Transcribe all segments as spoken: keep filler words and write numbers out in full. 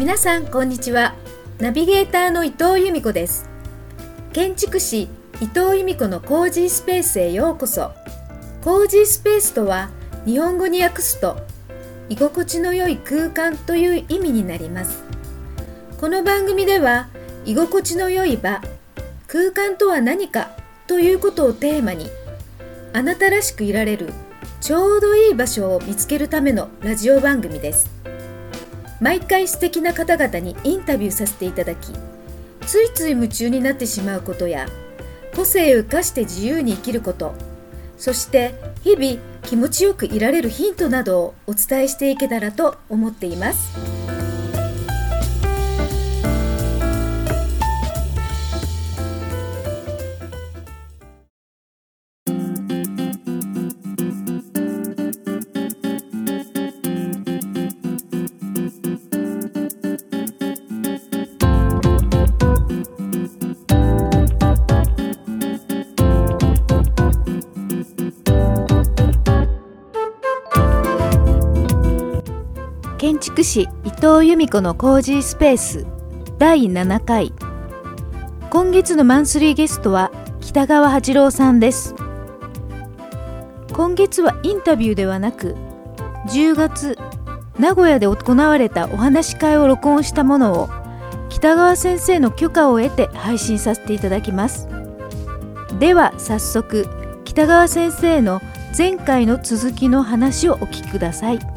皆さんこんにちは。ナビゲーターの伊藤由美子です。建築士伊藤由美子のコージースペースへようこそ。コージースペースとは日本語に訳すと居心地の良い空間という意味になります。この番組では居心地の良い場、空間とは何かということをテーマに、あなたらしくいられるちょうどいい場所を見つけるためのラジオ番組です。毎回素敵な方々にインタビューさせていただき、ついつい夢中になってしまうことや、個性を生かして自由に生きること、そして日々気持ちよくいられるヒントなどをお伝えしていけたらと思っています。建築士伊藤由美子のコージースペースだいななかい。今月のマンスリーゲストは北川八郎さんです。今月はインタビューではなく、じゅうがつ名古屋で行われたお話し会を録音したものを北川先生の許可を得て配信させていただきます。では早速北川先生の前回の続きの話をお聞きください。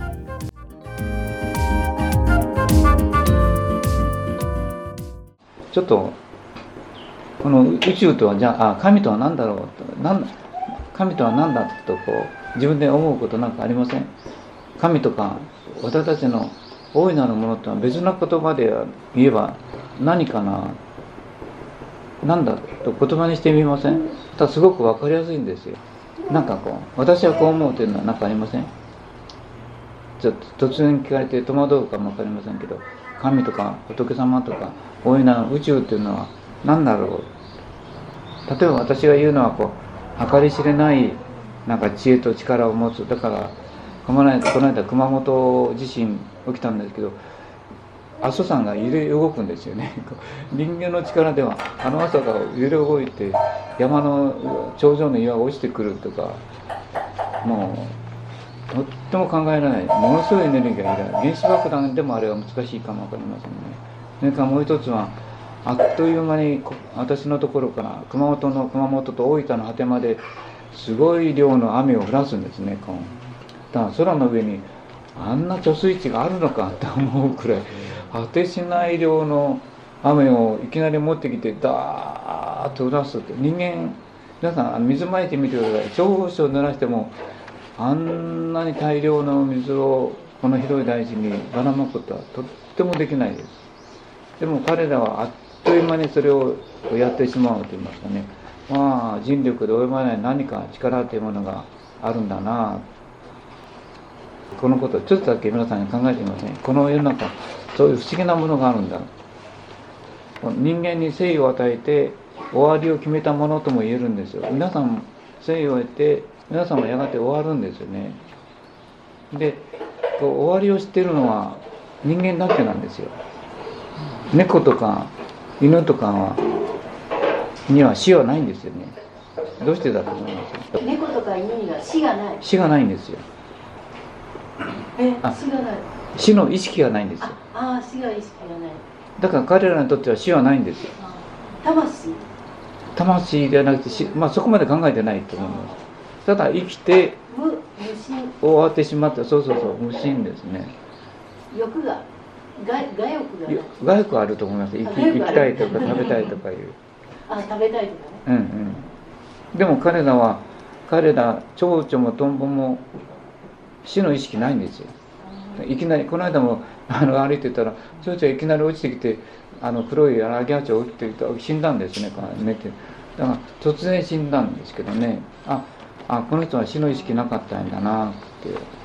ちょっとこの宇宙とはじゃあ、あ神とは何だろうと、なん神とは何だとこう自分で思うことなんかありません？神とか私たちの大いなるものとは別な言葉で言えば何かな、なんだと言葉にしてみません？ただすごく分かりやすいんですよ。なんかこう私はこう思うというのは何かありません？ちょっと突然聞かれて戸惑うかも分かりませんけど、神とか仏様とか大いなる宇宙っていうのは何だろう。例えば私が言うのはこう計り知れないなんか知恵と力を持つ。だからこの間、この間熊本地震起きたんですけど、阿蘇山が揺れ動くんですよね。人間の力ではあの朝が揺れ動いて山の頂上の岩が落ちてくるとか、もうとっても考えられない、ものすごいエネルギーがいる。原子爆弾でもあれは難しいかもわかりませんね。それからもう一つはあっという間に私のところから熊本の熊本と大分の果てまですごい量の雨を降らすんですね。だから空の上にあんな貯水池があるのかって思うくらい果てしない量の雨をいきなり持ってきてダーッと降らすって。人間皆さん水まいてみてください。少々濡らしてもあんなに大量の水をこの広い大地にばらまくことはとってもできないです。でも彼らはあっという間にそれをやってしまうといいますかね。まあ人力で及ばない何か力というものがあるんだな。このことをちょっとだけ皆さんに考えてみません？この世の中そういう不思議なものがあるんだ。人間に生を与えて終わりを決めたものとも言えるんですよ。皆さん生を得て皆さんはやがて終わるんですよね。でこう終わりを知っているのは人間だけなんですよ。猫とか犬とかはには死はないんですよね。どうしてだと思います？ 猫とか犬には死がない。 死がないんですよ。 え、死がない。 死の意識がないんですよ。 ああ、死が意識がない。 だから彼らにとっては死はないんですよ。 魂魂ではなくて死、まあそこまで考えてないと思います。ただ生きて無無心終わってしまった。そうそうそう、無心ですね。 欲が外欲がない。 外欲あると思います。生き、生きたいとか食べたいとかいう。 あ、食べたいとかね。 うんうん。でも彼らは彼ら蝶々もトンボも死の意識ないんですよ。いきなりこの間もあの歩いてたら蝶々いきなり落ちてきて、あの黒いアゲハチョウを打って死んだんですね。寝てだから突然死んだんですけどね。ああこの人は死の意識なかったんだなって。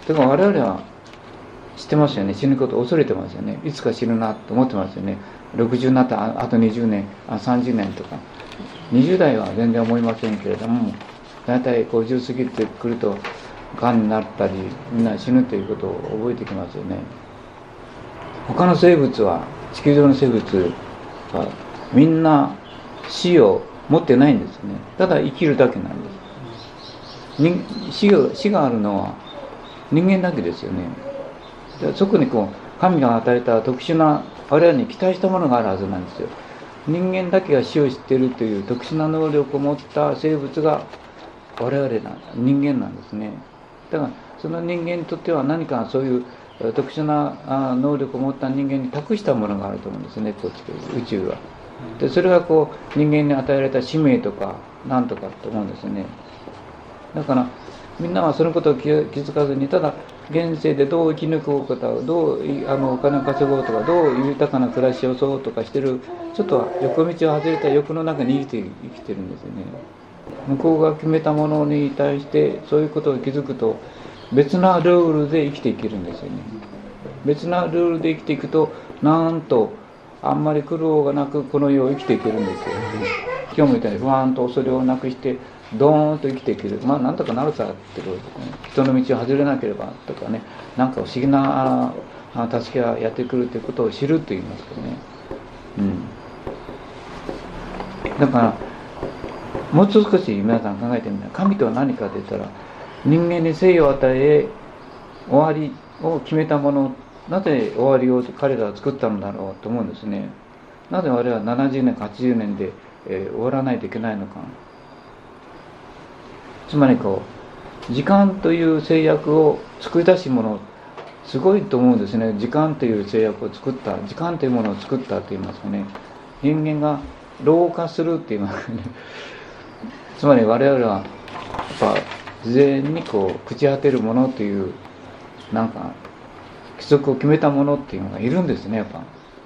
でも我々は知ってますよね。死ぬことを恐れてますよね。いつか死ぬなと思ってますよね。ろくじゅうになったあとにじゅうねん、あさんじゅうねんとか。にじゅう代は全然思いませんけれども、だいたいごじゅう過ぎてくるとがんになったりみんな死ぬということを覚えてきますよね。他の生物は地球上の生物はみんな死を持ってないんですね。ただ生きるだけなんです。人死が、死があるのは人間だけですよね。そこにこう神が与えた特殊な我々に期待したものがあるはずなんですよ。人間だけが死を知っているという特殊な能力を持った生物が我々な人間なんですね。だからその人間にとっては何かそういう特殊な能力を持った人間に託したものがあると思うんですね、こっち宇宙は。でそれがこう人間に与えられた使命とかなんとかと思うんですね。だからみんなはそのことを気づかずに、ただ現世でどう生き抜こうか、どうあのお金を稼ごうとか、どう豊かな暮らしをそうとかしてる、ちょっと横道を外れた欲の中に生きて生きてるんですよね。向こうが決めたものに対してそういうことを気づくと、別なルールで生きていけるんですよね。別なルールで生きていくと、なんとあんまり苦労がなくこの世を生きていけるんですよ。今日みたいに不安と恐れをなくしてドーンと生きていける。まあなんとかなるさってことですね。人の道を外れなければとかね、なんか不思議な助けがやってくるということを知ると言いますけどね。うん。だからもう少し皆さん考えてみたら、神とは何かと言ったら、人間に生を与え終わりを決めたもの、なぜ終わりを彼らは作ったのだろうと思うんですね。なぜ我々はななじゅうねんかはちじゅうねんで、えー、終わらないといけないのか。つまりこう時間という制約を作り出しもの、すごいと思うんですね。時間という制約を作った、時間というものを作ったと言いますかね。人間が老化するって言いますかね。つまり我々はやっぱ自然にこう朽ち果てるものというなんか規則を決めたものっていうのがいるんですね。やっぱ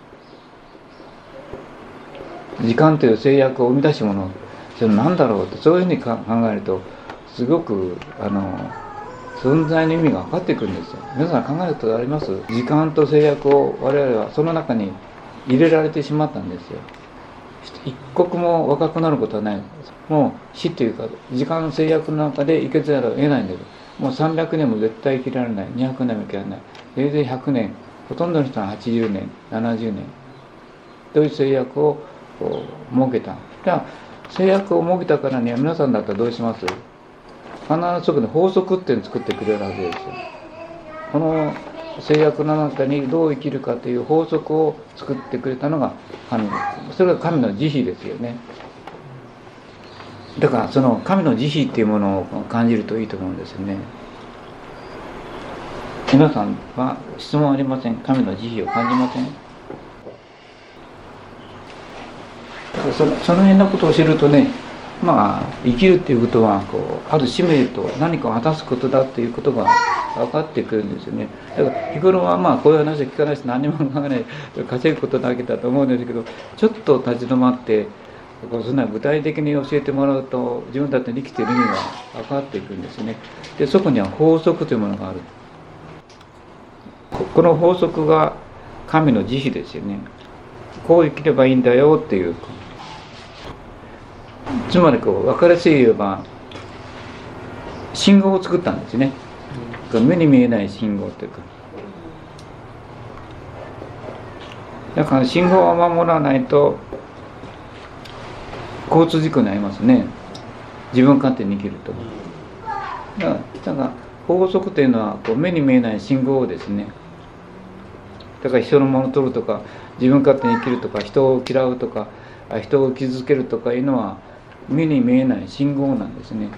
時間という制約を生み出しもの、それ何だろうって、そういうふうに考えるとすごくあの存在の意味が分かってくるんですよ。皆さん考えることあります？時間と制約を我々はその中に入れられてしまったんですよ。一刻も若くなることはない。もう死というか時間の制約の中で生けざるを得ないんだけど、もうさんびゃくねんも絶対生きられない、にひゃくねんも生きられない、せいぜいひゃくねん、ほとんどの人ははちじゅうねん、ななじゅうねんという制約をこう設けた。じゃあ制約を設けたからには皆さんだったらどうします？必ずそこで法則っていうのを作ってくれるはずですよ。この制約の中にどう生きるかという法則を作ってくれたのが神。それが神の慈悲ですよね。だからその神の慈悲っていうものを感じるといいと思うんですよね。皆さんは質問ありません？神の慈悲を感じません？その、その辺のことを知るとね、まあ生きるっていうことはこうある使命と何かを果たすことだっていうことが分かってくるんですよね。だから日頃はまあこういう話を聞かないし何も考えない稼ぐことだけだと思うんですけど、ちょっと立ち止まってそんな具体的に教えてもらうと自分たちの生きている意味が分かっていくんですよね。でそこには法則というものがある。この法則が神の慈悲ですよね。こう生きればいいんだよっていう、つまりこう分かりやすい言えば信号を作ったんですね。目に見えない信号というか、だから信号を守らないと交通事故に遭いますね。自分勝手に生きると。だから、だから法則というのはこう目に見えない信号をですね、だから人のものを取るとか自分勝手に生きるとか人を嫌うとか人を傷つけるとかいうのは目に見えない信号なんですね。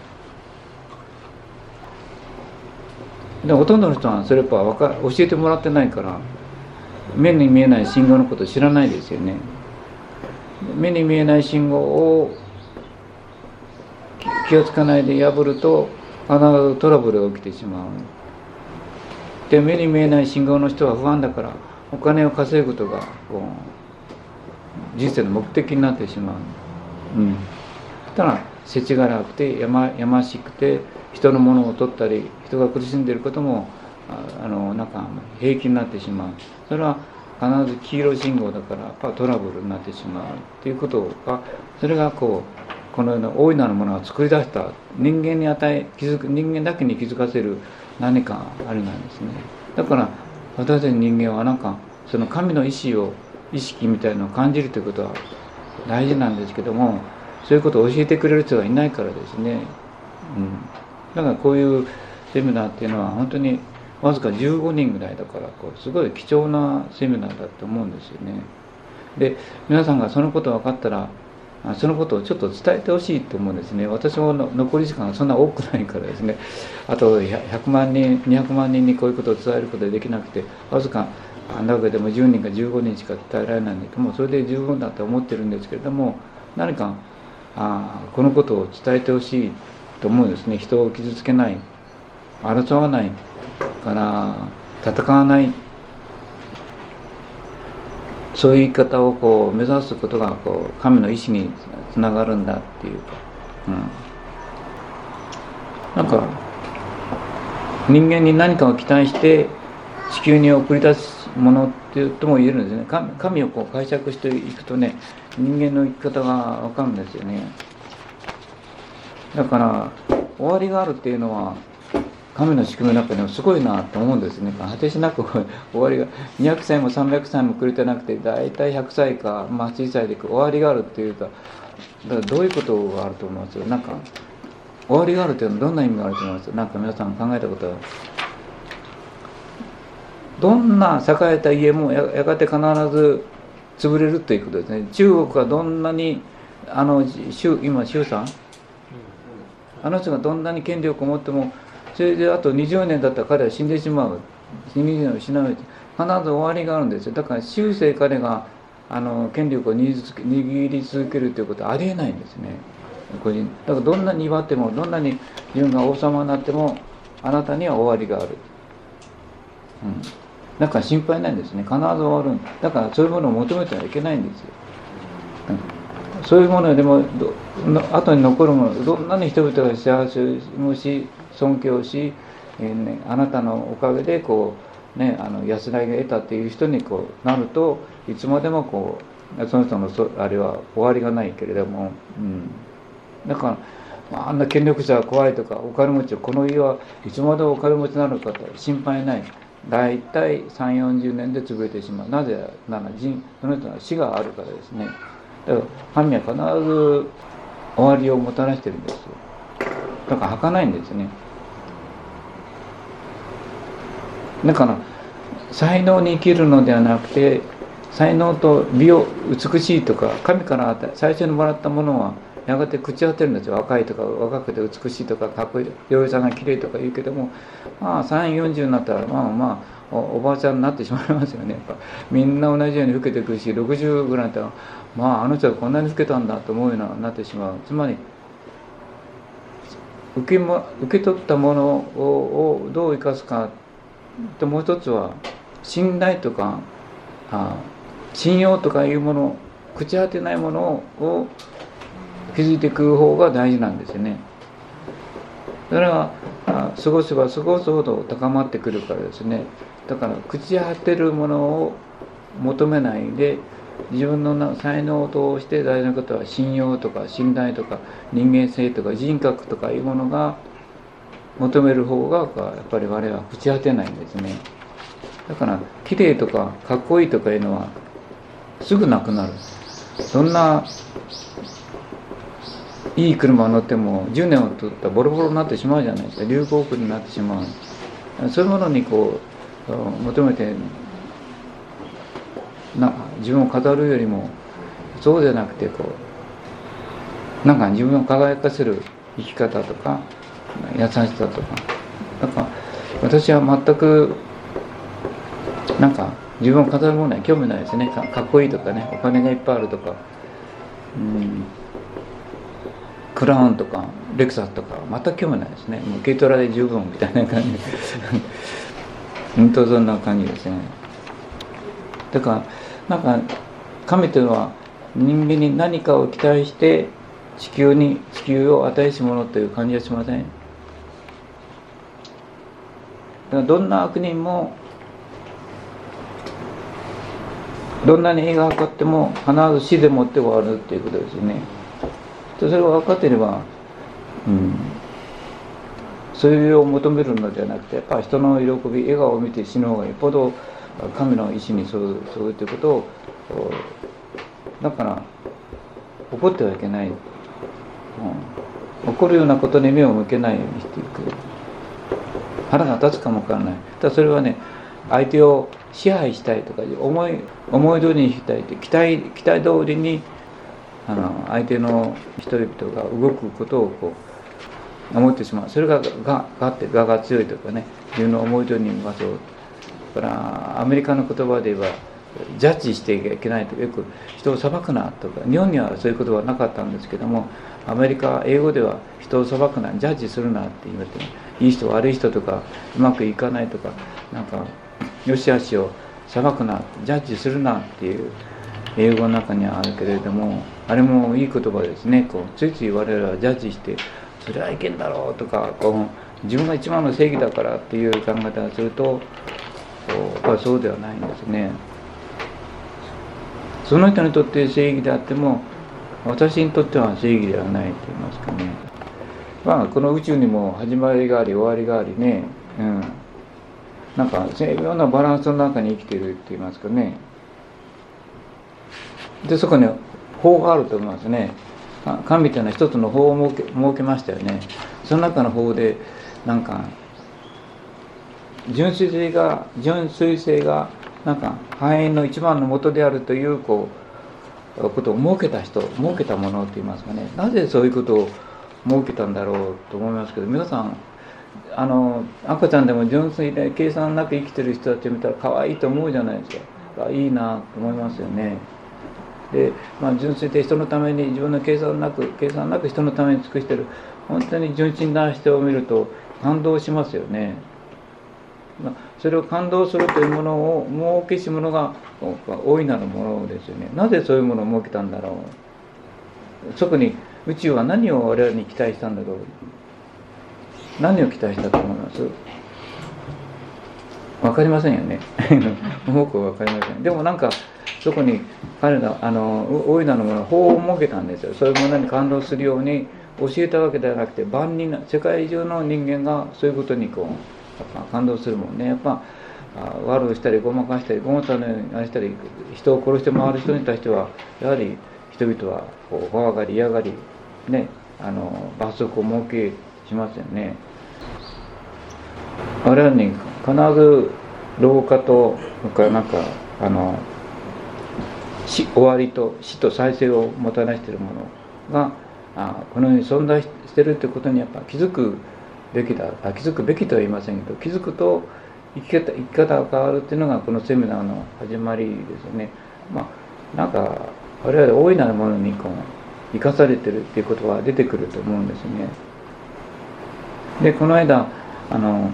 でほとんどの人はそれやっぱわか教えてもらってないから目に見えない信号のことを知らないですよね。目に見えない信号を気をつかないで破ると必ずトラブルが起きてしまう。で目に見えない信号の人は不安だからお金を稼ぐことがこう人生の目的になってしまう。うん。ただ世知辛くてやまやましくて人のものを取ったり人が苦しんでいることもあのなんか平気になってしまう。それは必ず黄色信号だからやっぱトラブルになってしまうということが、それがこうこのような大いなるものを作り出した人間に与え気づく人間だけに気づかせる何かあれなんですね。だから私たち人間はなんかその神の意志を意識みたいなのを感じるということは大事なんですけども、そういうことを教えてくれる人がいないからですね、うん、だからこういうセミナーっていうのは本当にわずかじゅうごにんぐらいだから、こうすごい貴重なセミナーだと思うんですよね。で皆さんがそのことが分かったら、そのことをちょっと伝えてほしいと思うんですね。私もの残り時間がそんな多くないからですね、あとひゃくまんにんにひゃくまんにんにこういうことを伝えることができなくて、わずか中でもじゅうにんかじゅうごにんしか伝えられないんだけども、それで十分だと思ってるんですけれども、何かあこのことを伝えてほしいと思うんですね。人を傷つけない、争わないから戦わない、そういう言い方をこう目指すことがこう神の意志につながるんだっていうか、うん、なんか人間に何かを期待して地球に送り出すものっていうとも言えるんですね。 神, 神をこう解釈していくとね、人間の生き方が分かるんですよね。だから終わりがあるっていうのは神の仕組みの中でもすごいなと思うんですね。果てしなく終わりがにひゃくさいもさんびゃくさいもくれてなくて、だいたいひゃくさいか、まあ、小さいで終わりがあるっていうか、だからどういうことがあると思います？なんか終わりがあるというのはどんな意味があると思います？なんか皆さん考えたことは、どんな栄えた家も や, やがて必ず潰れるということですね。中国がどんなにあの今周さんあの人がどんなに権力を持っても、それであとにじゅうねんだったら彼は死んでしまう、にじゅうねんを失う、必ず終わりがあるんですよ。だから終生彼があの権力を握り続けるということはありえないんですね。個人だからどんなに祝っても、どんなに自分が王様になっても、あなたには終わりがある、うん、だから心配ないんですね。必ず終わる。だからそういうものを求めてはいけないんですよ、うん、そういうものでも後に残るもの、どんなに人々が幸せをし尊敬し、えーね、あなたのおかげでこう、ね、あの安らぎが得たっていう人にこうなると、いつまでもこうその人のそあれは終わりがないけれども、うん、だから、まあ、あんな権力者は怖いとか、お金持ちはこの家はいつまでお金持ちなのかと心配ない。だいたいさんじゅうよんじゅうねんで潰れてしまう。なぜなら人その人は死があるからですね。だから神は必ず終わりをもたらしてるんですよ。だから儚いんですね。だから才能に生きるのではなくて、才能と美を美しいとか神から最初にもらったものはやがて朽ち果てるんですよ。若いとか若くて美しいとかかっこいい、容姿が綺麗とか言うけども、まあさんじゅうよんじゅうになったらまあまあ お, おばあちゃんになってしまいますよね。やっぱみんな同じように老けてくるし、ろくじゅうぐらいになったらまああの人はこんなに老けたんだと思うようになってしまう。つまり受け, も受け取ったもの を, をどう生かすかと、もう一つは信頼とかあ信用とかいうもの、朽ち果てないものを築いていく方が大事なんですよね。それは過ごせば過ごすほど高まってくるからですね。だから朽ち果てるものを求めないで、自分の才能を通して大事なことは信用とか信頼とか人間性とか人格とかいうものが求める方がやっぱり我々は朽ち果てないんですね。だから綺麗とかかっこいいとかいうのはすぐなくなる。そんないい車を乗ってもじゅうねんを取ったらボロボロになってしまうじゃないですか。流行句になってしまう。そういうものにこう求めてな自分を飾るよりも、そうじゃなくてこうなんか自分を輝かせる生き方とか優しさとか、だから私は全くなんか自分を飾るものには興味ないですね。 か, かっこいいとかね、お金がいっぱいあるとか、うんクラウンとかレクサスとか全く興味ないですね。もう軽トラで十分みたいな感じ本当そんな感じですね。だからなんか神というのは人間に何かを期待して地球に地球を与えし者という感じはしません。だからどんな悪人もどんなに映画を測っても必ず死でもって終わるっていうことですよね。それが分かっていれば、うん、それを求めるのではなくて、やっぱ人の喜び、笑顔を見て死ぬ方がよっぽど神の意志に沿う沿うということを、だから怒ってはいけない、うん、怒るようなことに目を向けないようにしていく。腹が立つかもわからない。ただそれはね、相手を支配したいとか思い思い通りにしたいって期待期待通りにあの相手の人々が動くことをこう思ってしまう。それがががって我が強いとかね、自分の思い通りに向かそう。だからアメリカの言葉で言えばジャッジしていけないとか、よく人を裁くなとか、日本にはそういう言葉はなかったんですけども、アメリカ英語では人を裁くな、ジャッジするなって言われて、ね、いい人悪い人とかうまくいかないとか、なんかよしあしを裁くな、ジャッジするなっていう英語の中にはあるけれども、あれもいい言葉ですね。こうついつい我々はジャッジして、それはいけんだろうとか、こう自分が一番の正義だからっていう考え方をすると、やっぱりそうではないんですね。その人にとって正義であっても、私にとっては正義ではないと言いますかね。まあこの宇宙にも始まりがあり終わりがありね、うん、なんか微妙なバランスの中に生きているって言いますかね。でそこに法があると思いますね。神というのは一つの法を設け、設けましたよね。その中の法でなんか純粋性が純粋性がなんか繁栄の一番の元であるというこうことを設けた人、設けたものと言いますかね。なぜそういうことを設けたんだろうと思いますけど、皆さんあの赤ちゃんでも純粋で計算なく生きてる人たちを見たら可愛いと思うじゃないですか。いいなと思いますよね。で、まあ、純粋で人のために自分の計算なく計算なく人のために尽くしている本当に純真な人を見ると感動しますよね。まあ、それを感動するというものを儲けし者が大いなるものですよね。なぜそういうものを設けたんだろう。そこに宇宙は何を我々に期待したんだろう。何を期待したと思います？わかりませんよね。僕はわかりません。でもなんかそこに彼らあの大いなるもの法を設けたんですよ。そういうものに感動するように教えたわけではなくて、万人な世界中の人間がそういうことにこうやっぱ感動するもんね。やっぱ悪をしたりごまかしたりごまたのようにあれしたり人を殺して回る人に対してはやはり人々はこう怖がり嫌がりね、あの罰則を設けしますよね。我々に必ず老化とそれからなんかあの死終わりと死と再生をもたらしているものがあこのように存在しているということにやっぱ気づくべきだあ気づくべきとは言いませんけど、気づくと生き方生き方が変わるっていうのがこのセミナーの始まりですよね。まあなんか我々大いなるものにこう生かされてるっていうことは出てくると思うんですね。でこの間あの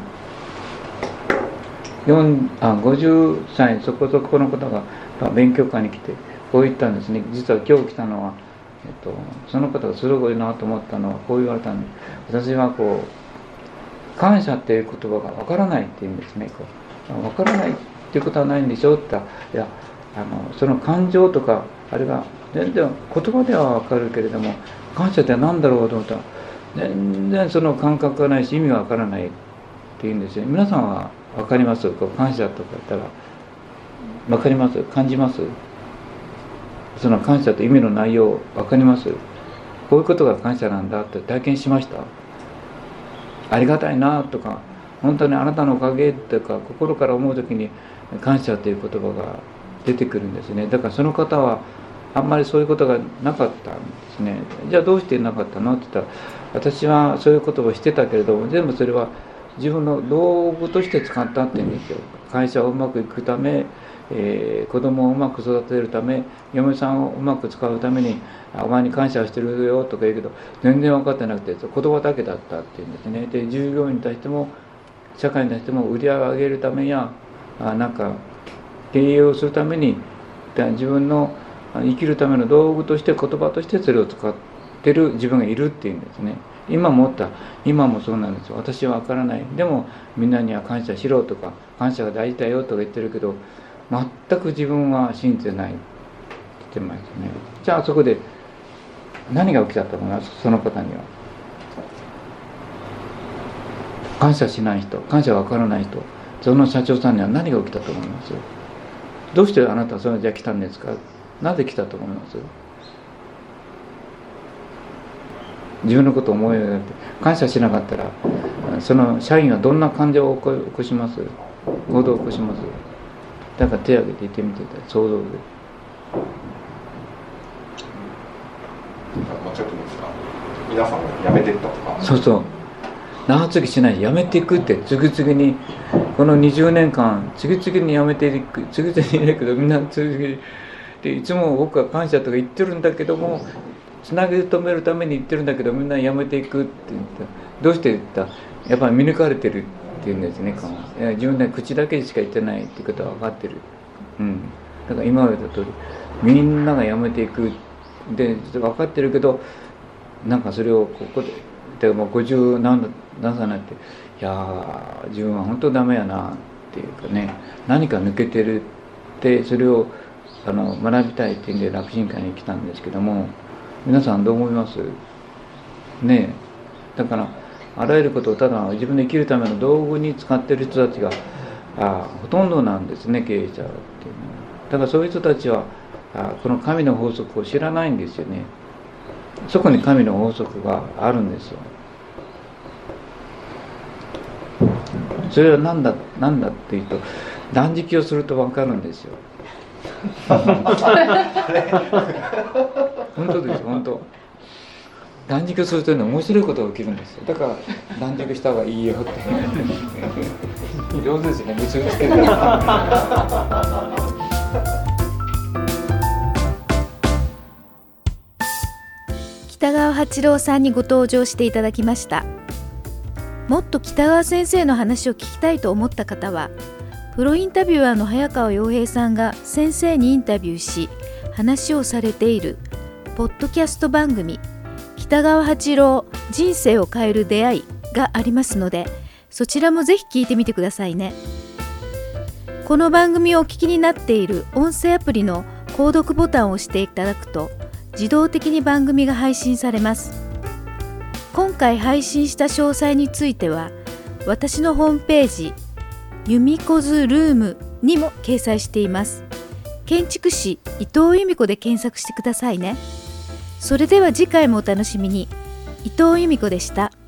あごじゅっさいそこそこの方が勉強会に来てこう言ったんですね。実は今日来たのは、えっと、その方がすごいなと思ったのはこう言われたんで、私はこう感謝っていう言葉がわからないって言うんですね。こうわからないっていうことはないんでしょって言ったら、いやあのその感情とかあれが全然言葉ではわかるけれども、感謝って何だろうと思ったら全然その感覚がないし意味がわからないって言うんですよ。皆さんはわかります？こう感謝とか言ったらわかります？感じます？その感謝と意味の内容わかります？こういうことが感謝なんだって体験しました？ありがたいなとか本当にあなたのおかげとか心から思うときに感謝という言葉が出てくるんですね。だからその方はあんまりそういうことがなかったんですね。じゃあどうしてなかったのって言ったら、私はそういうことをしてたけれども全部それは自分の道具として使ったって言うんですよ。会社をうまくいくため、えー、子供をうまく育てるため、嫁さんをうまく使うためにお前に感謝してるよとか言うけど全然分かってなくて言葉だけだったって言うんですね。で従業員に対しても社会に対しても売り上げを上げるためやあなんか経営をするために自分の生きるための道具として言葉としてそれを使ってる自分がいるっていうんですね。今持った今もそうなんですよ。私は分からない、でもみんなには感謝しろとか感謝が大事だよとか言ってるけど全く自分は信じてないって言ってますね。じゃあそこで何が起きたと思います？その方には感謝しない人、感謝が分からない人、つその社長さんには何が起きたと思います？どうしてあなたはそれじゃ来たんですか？なぜ来たと思います？自分のことを思い描いて感謝しなかったら、その社員はどんな感情を起こ、起こします？行動を起こします？だから手を挙げて言ってみてください。想像で。 もうちょっとですか。皆さんも辞めていったとか。そうそう。長続きしない、辞めていくって、次々にこのにじゅうねんかん次々に辞めていく、次々にいるけどみんな次々にで、いつも僕は感謝とか言ってるんだけども、つなぎ止めるために言ってるんだけどみんな辞めていくって言った。どうして言った？やっぱり見抜かれてるっていうんですね。いや自分で口だけしか言ってないっていうことは分かってる。うん。だから今まで言った通りみんなが辞めていくで分かってるけど、なんかそれをここででもごじゅう何歳になって、いやー自分は本当ダメやなっていうかね、何か抜けてるってそれをあの学びたいっていうんで楽神会に来たんですけども、皆さんどう思いますねえ。だからあらゆることをただ自分で生きるための道具に使ってる人たちがあほとんどなんですね、経営者っていうのは。だからそういう人たちはあこの神の法則を知らないんですよね。そこに神の法則があるんですよ。それは何だ何だっていうと、断食をすると分かるんですよ。本当です本当。断食をすると、ね、面白いことが起きるんですよ。だから断食した方がいいよって上手ですね、結びつけたら。 北川八郎さんにご登場していただきました。もっと北川先生の話を聞きたいと思った方は、プロインタビュアーの早川洋平さんが先生にインタビューし話をされているポッドキャスト番組北川八郎人生を変える出会いがありますので、そちらもぜひ聞いてみてくださいね。この番組をお聞きになっている音声アプリの購読ボタンを押していただくと自動的に番組が配信されます。今回配信した詳細については私のホームページ由美子ズルームにも掲載しています。建築士伊藤由美子で検索してくださいね。それでは次回もお楽しみに。伊藤由美子でした。